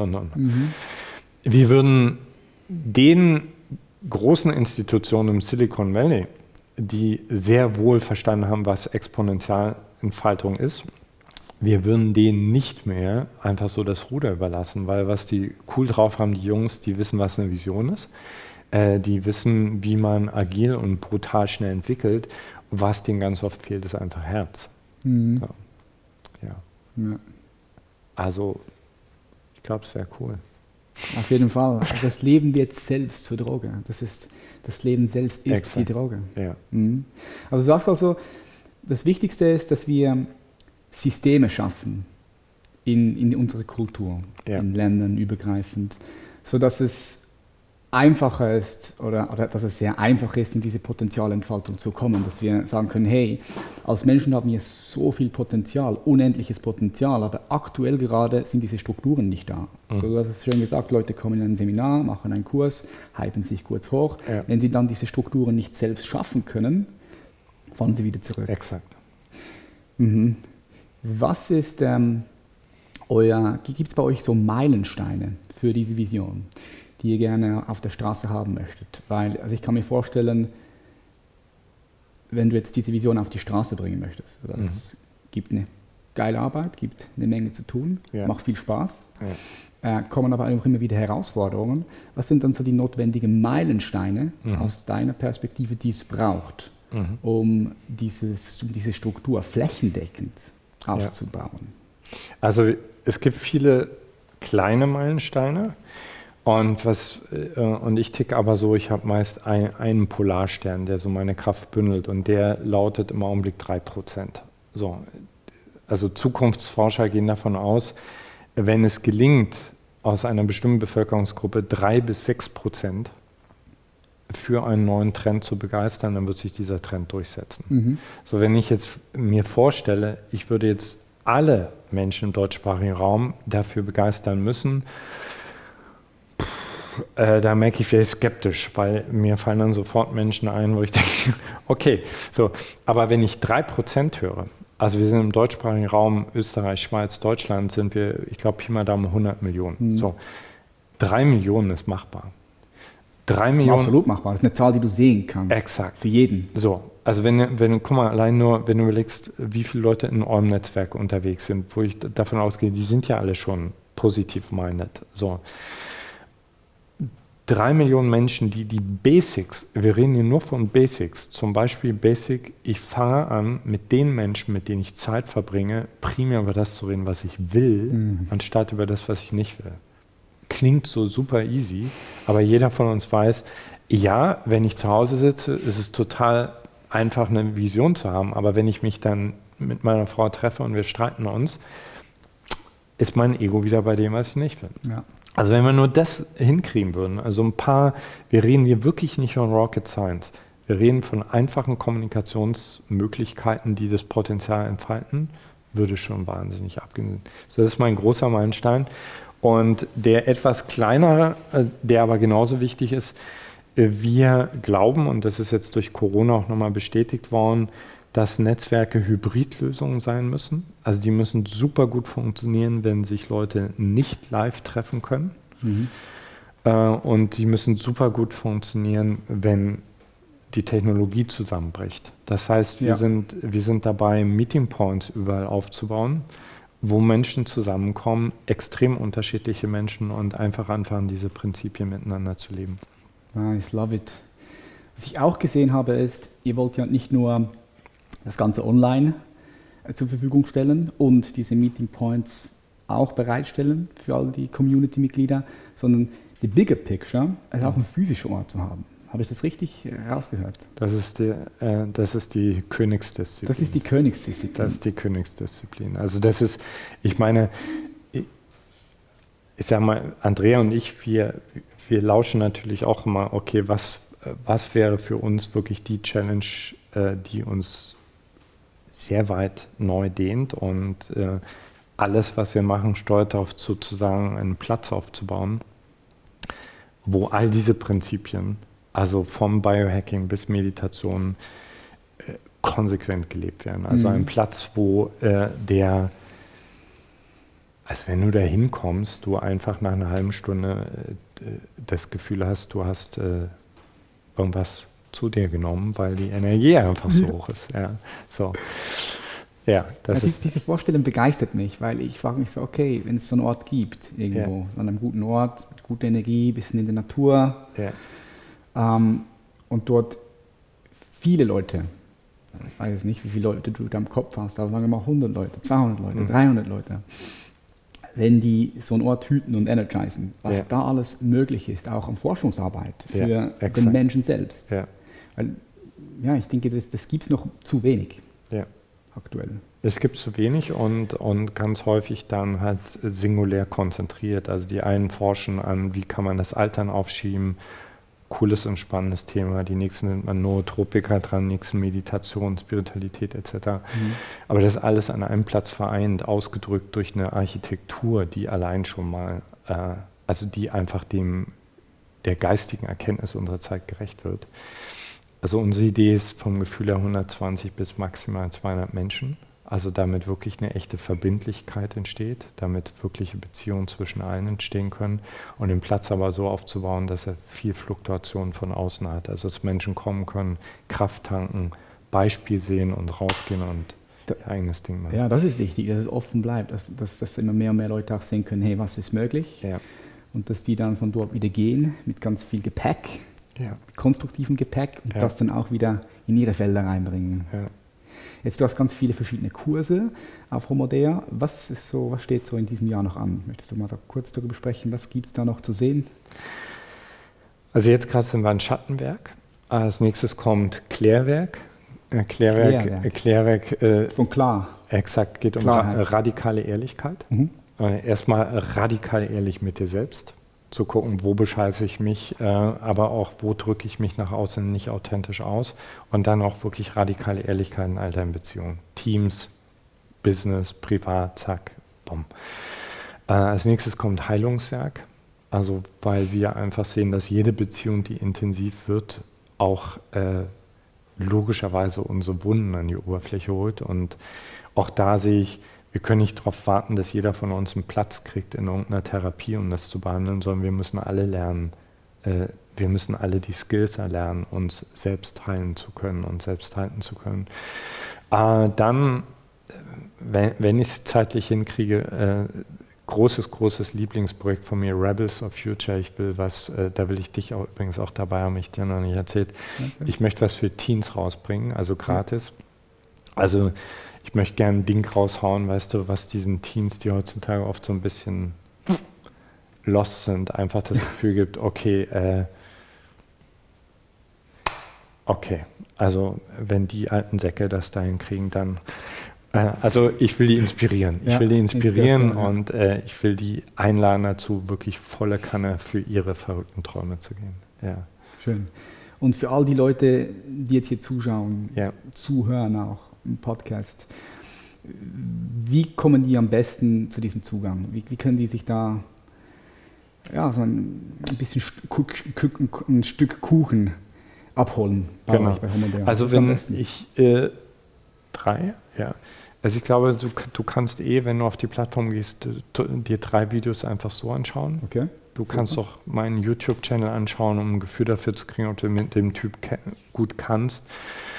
Wir würden den großen Institutionen im Silicon Valley, die sehr wohl verstanden haben, was Exponentialentfaltung ist, wir würden denen nicht mehr einfach so das Ruder überlassen, weil was die cool drauf haben, die Jungs, die wissen, was eine Vision ist, die wissen, wie man agil und brutal schnell entwickelt. Was denen ganz oft fehlt, ist einfach Herz. So. Ja. Also, ich glaube, es wäre cool. Auf jeden Fall. Also das Leben wird selbst zur Droge. Das Leben selbst ist Exakt. Die Droge. Ja. Also du sagst also, das Wichtigste ist, dass wir Systeme schaffen in unserer Kultur, in Ländern übergreifend, sodass es einfacher ist oder dass es sehr einfach ist, in diese Potenzialentfaltung zu kommen, dass wir sagen können, hey, als Menschen haben wir so viel Potenzial, unendliches Potenzial, aber aktuell gerade sind diese Strukturen nicht da. So, du hast es schön gesagt, Leute kommen in ein Seminar, machen einen Kurs, hypen sich kurz hoch. Ja. Wenn sie dann diese Strukturen nicht selbst schaffen können, fallen sie wieder zurück. Exakt. Was ist gibt es bei euch so Meilensteine für diese Vision, die ihr gerne auf der Straße haben möchtet? Weil, also ich kann mir vorstellen, wenn du jetzt diese Vision auf die Straße bringen möchtest, es gibt eine geile Arbeit, gibt eine Menge zu tun, macht viel Spaß, kommen aber auch immer wieder Herausforderungen. Was sind dann so die notwendigen Meilensteine aus deiner Perspektive, die es braucht, um diese Struktur flächendeckend aufzubauen? Also es gibt viele kleine Meilensteine. Und ich ticke aber so, ich habe meist einen Polarstern, der so meine Kraft bündelt und der lautet im Augenblick 3%. So, also Zukunftsforscher gehen davon aus, wenn es gelingt, aus einer bestimmten Bevölkerungsgruppe 3-6% für einen neuen Trend zu begeistern, dann wird sich dieser Trend durchsetzen. So, wenn ich jetzt mir vorstelle, ich würde jetzt alle Menschen im deutschsprachigen Raum dafür begeistern müssen, da merke ich, wäre ich skeptisch, weil mir fallen dann sofort Menschen ein, wo ich denke, okay, so, aber wenn ich 3% höre, also wir sind im deutschsprachigen Raum, Österreich, Schweiz, Deutschland, sind wir, ich glaube, Pi mal Daumen 100 Millionen. So, 3 Millionen ist machbar. 3 Millionen. Ist absolut machbar, das ist eine Zahl, die du sehen kannst. Exakt. Für jeden. So, also wenn guck mal, allein nur, wenn du überlegst, wie viele Leute in eurem Netzwerk unterwegs sind, wo ich davon ausgehe, die sind ja alle schon positiv minded. So. 3 Millionen Menschen, die die Basics, wir reden hier nur von Basics, zum Beispiel Basic, ich fange an, mit den Menschen, mit denen ich Zeit verbringe, primär über das zu reden, was ich will, anstatt über das, was ich nicht will. Klingt so super easy, aber jeder von uns weiß, ja, wenn ich zu Hause sitze, ist es total einfach, eine Vision zu haben, aber wenn ich mich dann mit meiner Frau treffe und wir streiten uns, ist mein Ego wieder bei dem, was ich nicht will. Ja. Also wenn wir nur das hinkriegen würden, also wir reden hier wirklich nicht von Rocket Science, wir reden von einfachen Kommunikationsmöglichkeiten, die das Potenzial entfalten, würde schon wahnsinnig abgehen. So, das ist mein großer Meilenstein. Und der etwas kleinere, der aber genauso wichtig ist, wir glauben, und das ist jetzt durch Corona auch nochmal bestätigt worden, dass Netzwerke Hybridlösungen sein müssen. Also die müssen super gut funktionieren, wenn sich Leute nicht live treffen können. Und die müssen super gut funktionieren, wenn die Technologie zusammenbricht. Das heißt, wir sind dabei, Meeting Points überall aufzubauen, wo Menschen zusammenkommen, extrem unterschiedliche Menschen, und einfach anfangen, diese Prinzipien miteinander zu leben. Nice, love it. Was ich auch gesehen habe, ist, ihr wollt ja nicht nur das Ganze online zur Verfügung stellen und diese Meeting Points auch bereitstellen für all die Community-Mitglieder, sondern the bigger picture ist auch ein physischer Ort zu haben. Habe ich das richtig herausgehört? Das ist die Königsdisziplin. Das ist die Königsdisziplin. Das ist die Königsdisziplin. Also das ist, ich meine, ich sag mal, Andrea und ich, wir lauschen natürlich auch immer, okay, was wäre für uns wirklich die Challenge, die uns sehr weit neu dehnt, und alles, was wir machen, steuert darauf, sozusagen einen Platz aufzubauen, wo all diese Prinzipien, also vom Biohacking bis Meditation, konsequent gelebt werden. Also ein Platz, wo also wenn du da hinkommst, du einfach nach einer halben Stunde das Gefühl hast, du hast irgendwas zu dir genommen, weil die Energie einfach so hoch ist. Ja, so. Ja, diese Vorstellung begeistert mich, weil ich frage mich so, okay, wenn es so einen Ort gibt, irgendwo, so an einem guten Ort, mit guter Energie, ein bisschen in der Natur, und dort viele Leute, ich weiß jetzt nicht, wie viele Leute du da im Kopf hast, aber sagen wir mal 100 Leute, 200 Leute, 300 Leute, wenn die so einen Ort hüten und energisieren, was da alles möglich ist, auch an Forschungsarbeit für den Menschen selbst. Ja. Weil, ich denke, das gibt es noch zu wenig aktuell. Es gibt zu wenig und ganz häufig dann halt singulär konzentriert. Also die einen forschen an, wie kann man das Altern aufschieben, cooles und spannendes Thema. Die nächsten sind man Nootropika dran, nächsten Meditation, Spiritualität etc. Aber das alles an einem Platz vereint, ausgedrückt durch eine Architektur, die allein schon mal, also die einfach der geistigen Erkenntnis unserer Zeit gerecht wird. Also unsere Idee ist vom Gefühl her 120 bis maximal 200 Menschen. Also damit wirklich eine echte Verbindlichkeit entsteht, damit wirkliche Beziehungen zwischen allen entstehen können und den Platz aber so aufzubauen, dass er viel Fluktuation von außen hat. Also dass Menschen kommen können, Kraft tanken, Beispiel sehen und rausgehen und ihr eigenes Ding machen. Ja, das ist wichtig, dass es offen bleibt, dass immer mehr und mehr Leute auch sehen können, hey, was ist möglich? Ja. Und dass die dann von dort wieder gehen mit ganz viel Gepäck, mit konstruktivem Gepäck, und das dann auch wieder in ihre Felder reinbringen. Ja. Jetzt, du hast ganz viele verschiedene Kurse auf Homodea. Was steht so in diesem Jahr noch an? Möchtest du mal da kurz darüber sprechen? Was gibt es da noch zu sehen? Also jetzt gerade sind wir in Schattenwerk. Als nächstes kommt Klärwerk. Klärwerk von klar. Exakt, geht Klarheit. Um radikale Ehrlichkeit. Erstmal radikal ehrlich mit dir selbst. Zu gucken, wo bescheiße ich mich, aber auch, wo drücke ich mich nach außen nicht authentisch aus, und dann auch wirklich radikale Ehrlichkeit in all deinen Beziehungen. Teams, Business, privat, zack, bumm. Als nächstes kommt Heilungswerk, also weil wir einfach sehen, dass jede Beziehung, die intensiv wird, auch logischerweise unsere Wunden an die Oberfläche holt, und auch da sehe ich, wir können nicht darauf warten, dass jeder von uns einen Platz kriegt in irgendeiner Therapie, um das zu behandeln, sondern wir müssen alle lernen, wir müssen alle die Skills erlernen, uns selbst heilen zu können und selbst halten zu können. Dann, wenn ich es zeitlich hinkriege, großes Lieblingsprojekt von mir, Rebels of Future. Da will ich dich auch übrigens auch dabei haben, ich dir noch nicht erzählt. Okay. Ich möchte was für Teens rausbringen, also gratis. Also ich möchte gerne ein Ding raushauen, weißt du, was diesen Teens, die heutzutage oft so ein bisschen lost sind, einfach das Gefühl gibt, okay, also wenn die alten Säcke das dahin kriegen, dann also ich will die inspirieren. Ich will die inspirieren und ich will die einladen dazu, wirklich volle Kanne für ihre verrückten Träume zu gehen. Ja. Schön. Und für all die Leute, die jetzt hier zuschauen, zuhören auch im Podcast, wie kommen die am besten zu diesem Zugang? Wie können die sich da so ein bisschen ein Stück Kuchen abholen bei Homodea? Also wenn ich also ich glaube, du kannst wenn du auf die Plattform gehst, dir 3 Videos einfach so anschauen. Okay. Du kannst auch meinen YouTube-Channel anschauen, um ein Gefühl dafür zu kriegen, ob du mit dem Typ gut kannst.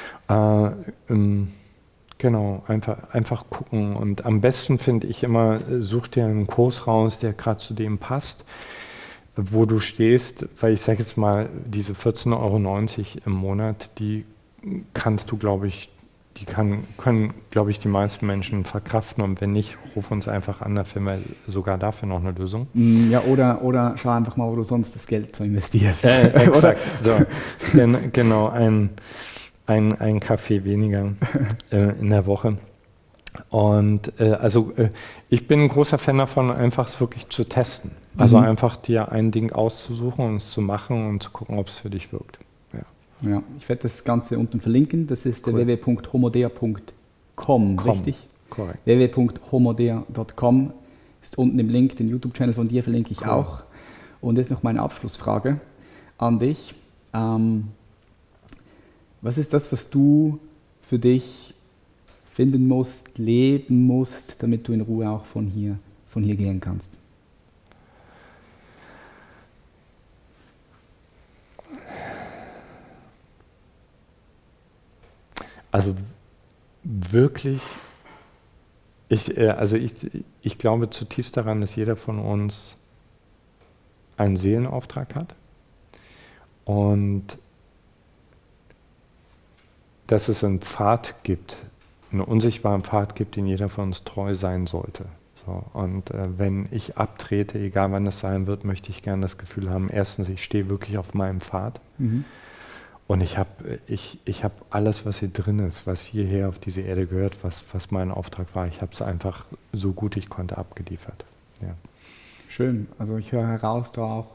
Genau, einfach gucken. Und am besten finde ich immer, such dir einen Kurs raus, der gerade zu dem passt, wo du stehst, weil ich sage jetzt mal, diese 14,90 € im Monat, die kannst du, glaube ich, können, glaube ich, die meisten Menschen verkraften, und wenn nicht, ruf uns einfach an, da finden wir sogar dafür noch eine Lösung. Ja, oder schau einfach mal, wo du sonst das Geld so investierst. Exakt, so. Genau, ein Kaffee weniger in der Woche. Und ich bin ein großer Fan davon, einfach es wirklich zu testen. Also einfach dir ein Ding auszusuchen und es zu machen und zu gucken, ob es für dich wirkt. Ja, ich werde das Ganze unten verlinken. Das ist www.homodea.com, richtig? Korrekt. www.homodea.com ist unten im Link. Den YouTube-Channel von dir verlinke ich auch. Und jetzt noch meine Abschlussfrage an dich. Was ist das, was du für dich finden musst, leben musst, damit du in Ruhe auch von hier gehen kannst? Also wirklich, ich glaube zutiefst daran, dass jeder von uns einen Seelenauftrag hat und dass es einen Pfad gibt, einen unsichtbaren Pfad gibt, den jeder von uns treu sein sollte. So, und wenn ich abtrete, egal wann es sein wird, möchte ich gerne das Gefühl haben, erstens, ich stehe wirklich auf meinem Pfad. Und ich hab alles, was hier drin ist, was hierher auf diese Erde gehört, was mein Auftrag war, ich habe es einfach so gut ich konnte abgeliefert. Ja. Schön. Also ich höre heraus da auch,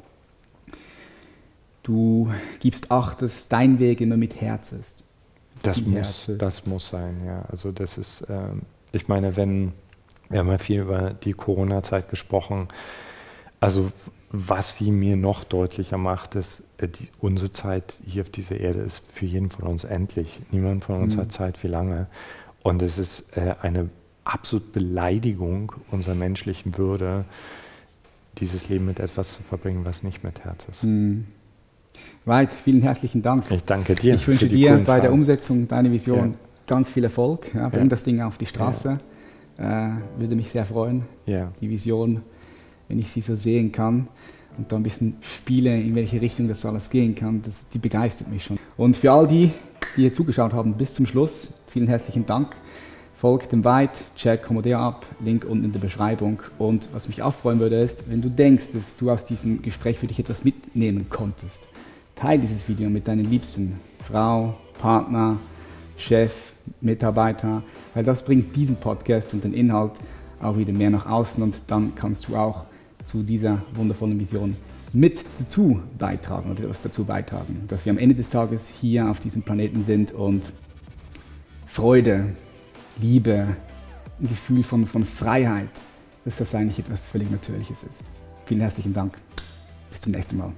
du gibst Acht, dass dein Weg immer mit Herz ist. Das muss sein, ja. Also das ist, ich meine, wir haben ja viel über die Corona-Zeit gesprochen, also was sie mir noch deutlicher macht, ist, unsere Zeit hier auf dieser Erde ist für jeden von uns endlich. Niemand von uns hat Zeit wie lange. Und es ist eine absolute Beleidigung unserer menschlichen Würde, dieses Leben mit etwas zu verbringen, was nicht mit Herz ist. Veit, vielen herzlichen Dank. Ich danke dir. Ich wünsche dir bei der Umsetzung deiner Vision ganz viel Erfolg. Ja, bring das Ding auf die Straße. Würde mich sehr freuen. Die Vision, wenn ich sie so sehen kann und da ein bisschen spiele, in welche Richtung das alles gehen kann, die begeistert mich schon. Und für all die hier zugeschaut haben bis zum Schluss, vielen herzlichen Dank. Folgt dem Veit, check Homodea ab, Link unten in der Beschreibung. Und was mich auch freuen würde, ist, wenn du denkst, dass du aus diesem Gespräch für dich etwas mitnehmen konntest, teile dieses Video mit deinen Liebsten, Frau, Partner, Chef, Mitarbeiter, weil das bringt diesen Podcast und den Inhalt auch wieder mehr nach außen, und dann kannst du auch zu dieser wundervollen Vision mit dazu beitragen oder etwas dazu beitragen, dass wir am Ende des Tages hier auf diesem Planeten sind und Freude, Liebe, ein Gefühl von Freiheit, dass das eigentlich etwas völlig Natürliches ist. Vielen herzlichen Dank. Bis zum nächsten Mal.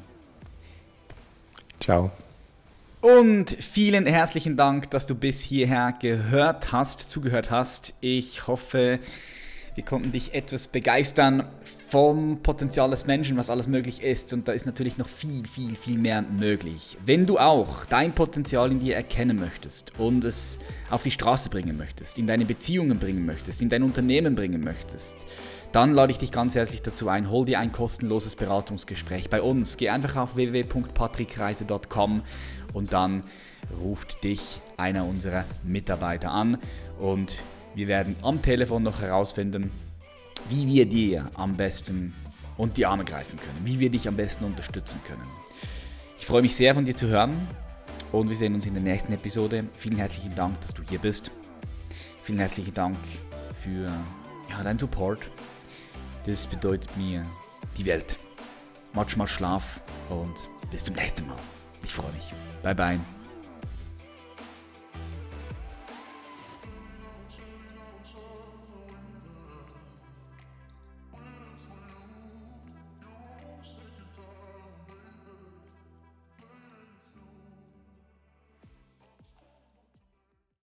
Ciao. Und vielen herzlichen Dank, dass du bis hierher zugehört hast. Ich hoffe, wir konnten dich etwas begeistern vom Potenzial des Menschen, was alles möglich ist. Und da ist natürlich noch viel, viel, viel mehr möglich. Wenn du auch dein Potenzial in dir erkennen möchtest und es auf die Straße bringen möchtest, in deine Beziehungen bringen möchtest, in dein Unternehmen bringen möchtest, dann lade ich dich ganz herzlich dazu ein, hol dir ein kostenloses Beratungsgespräch bei uns. Geh einfach auf www.patrickreise.com und dann ruft dich einer unserer Mitarbeiter an und wir werden am Telefon noch herausfinden, wie wir dir am besten unter die Arme greifen können, wie wir dich am besten unterstützen können. Ich freue mich sehr, von dir zu hören und wir sehen uns in der nächsten Episode. Vielen herzlichen Dank, dass du hier bist. Vielen herzlichen Dank für deinen Support. Das bedeutet mir die Welt. Matsch Schlaf und bis zum nächsten Mal. Ich freue mich. Bye bye.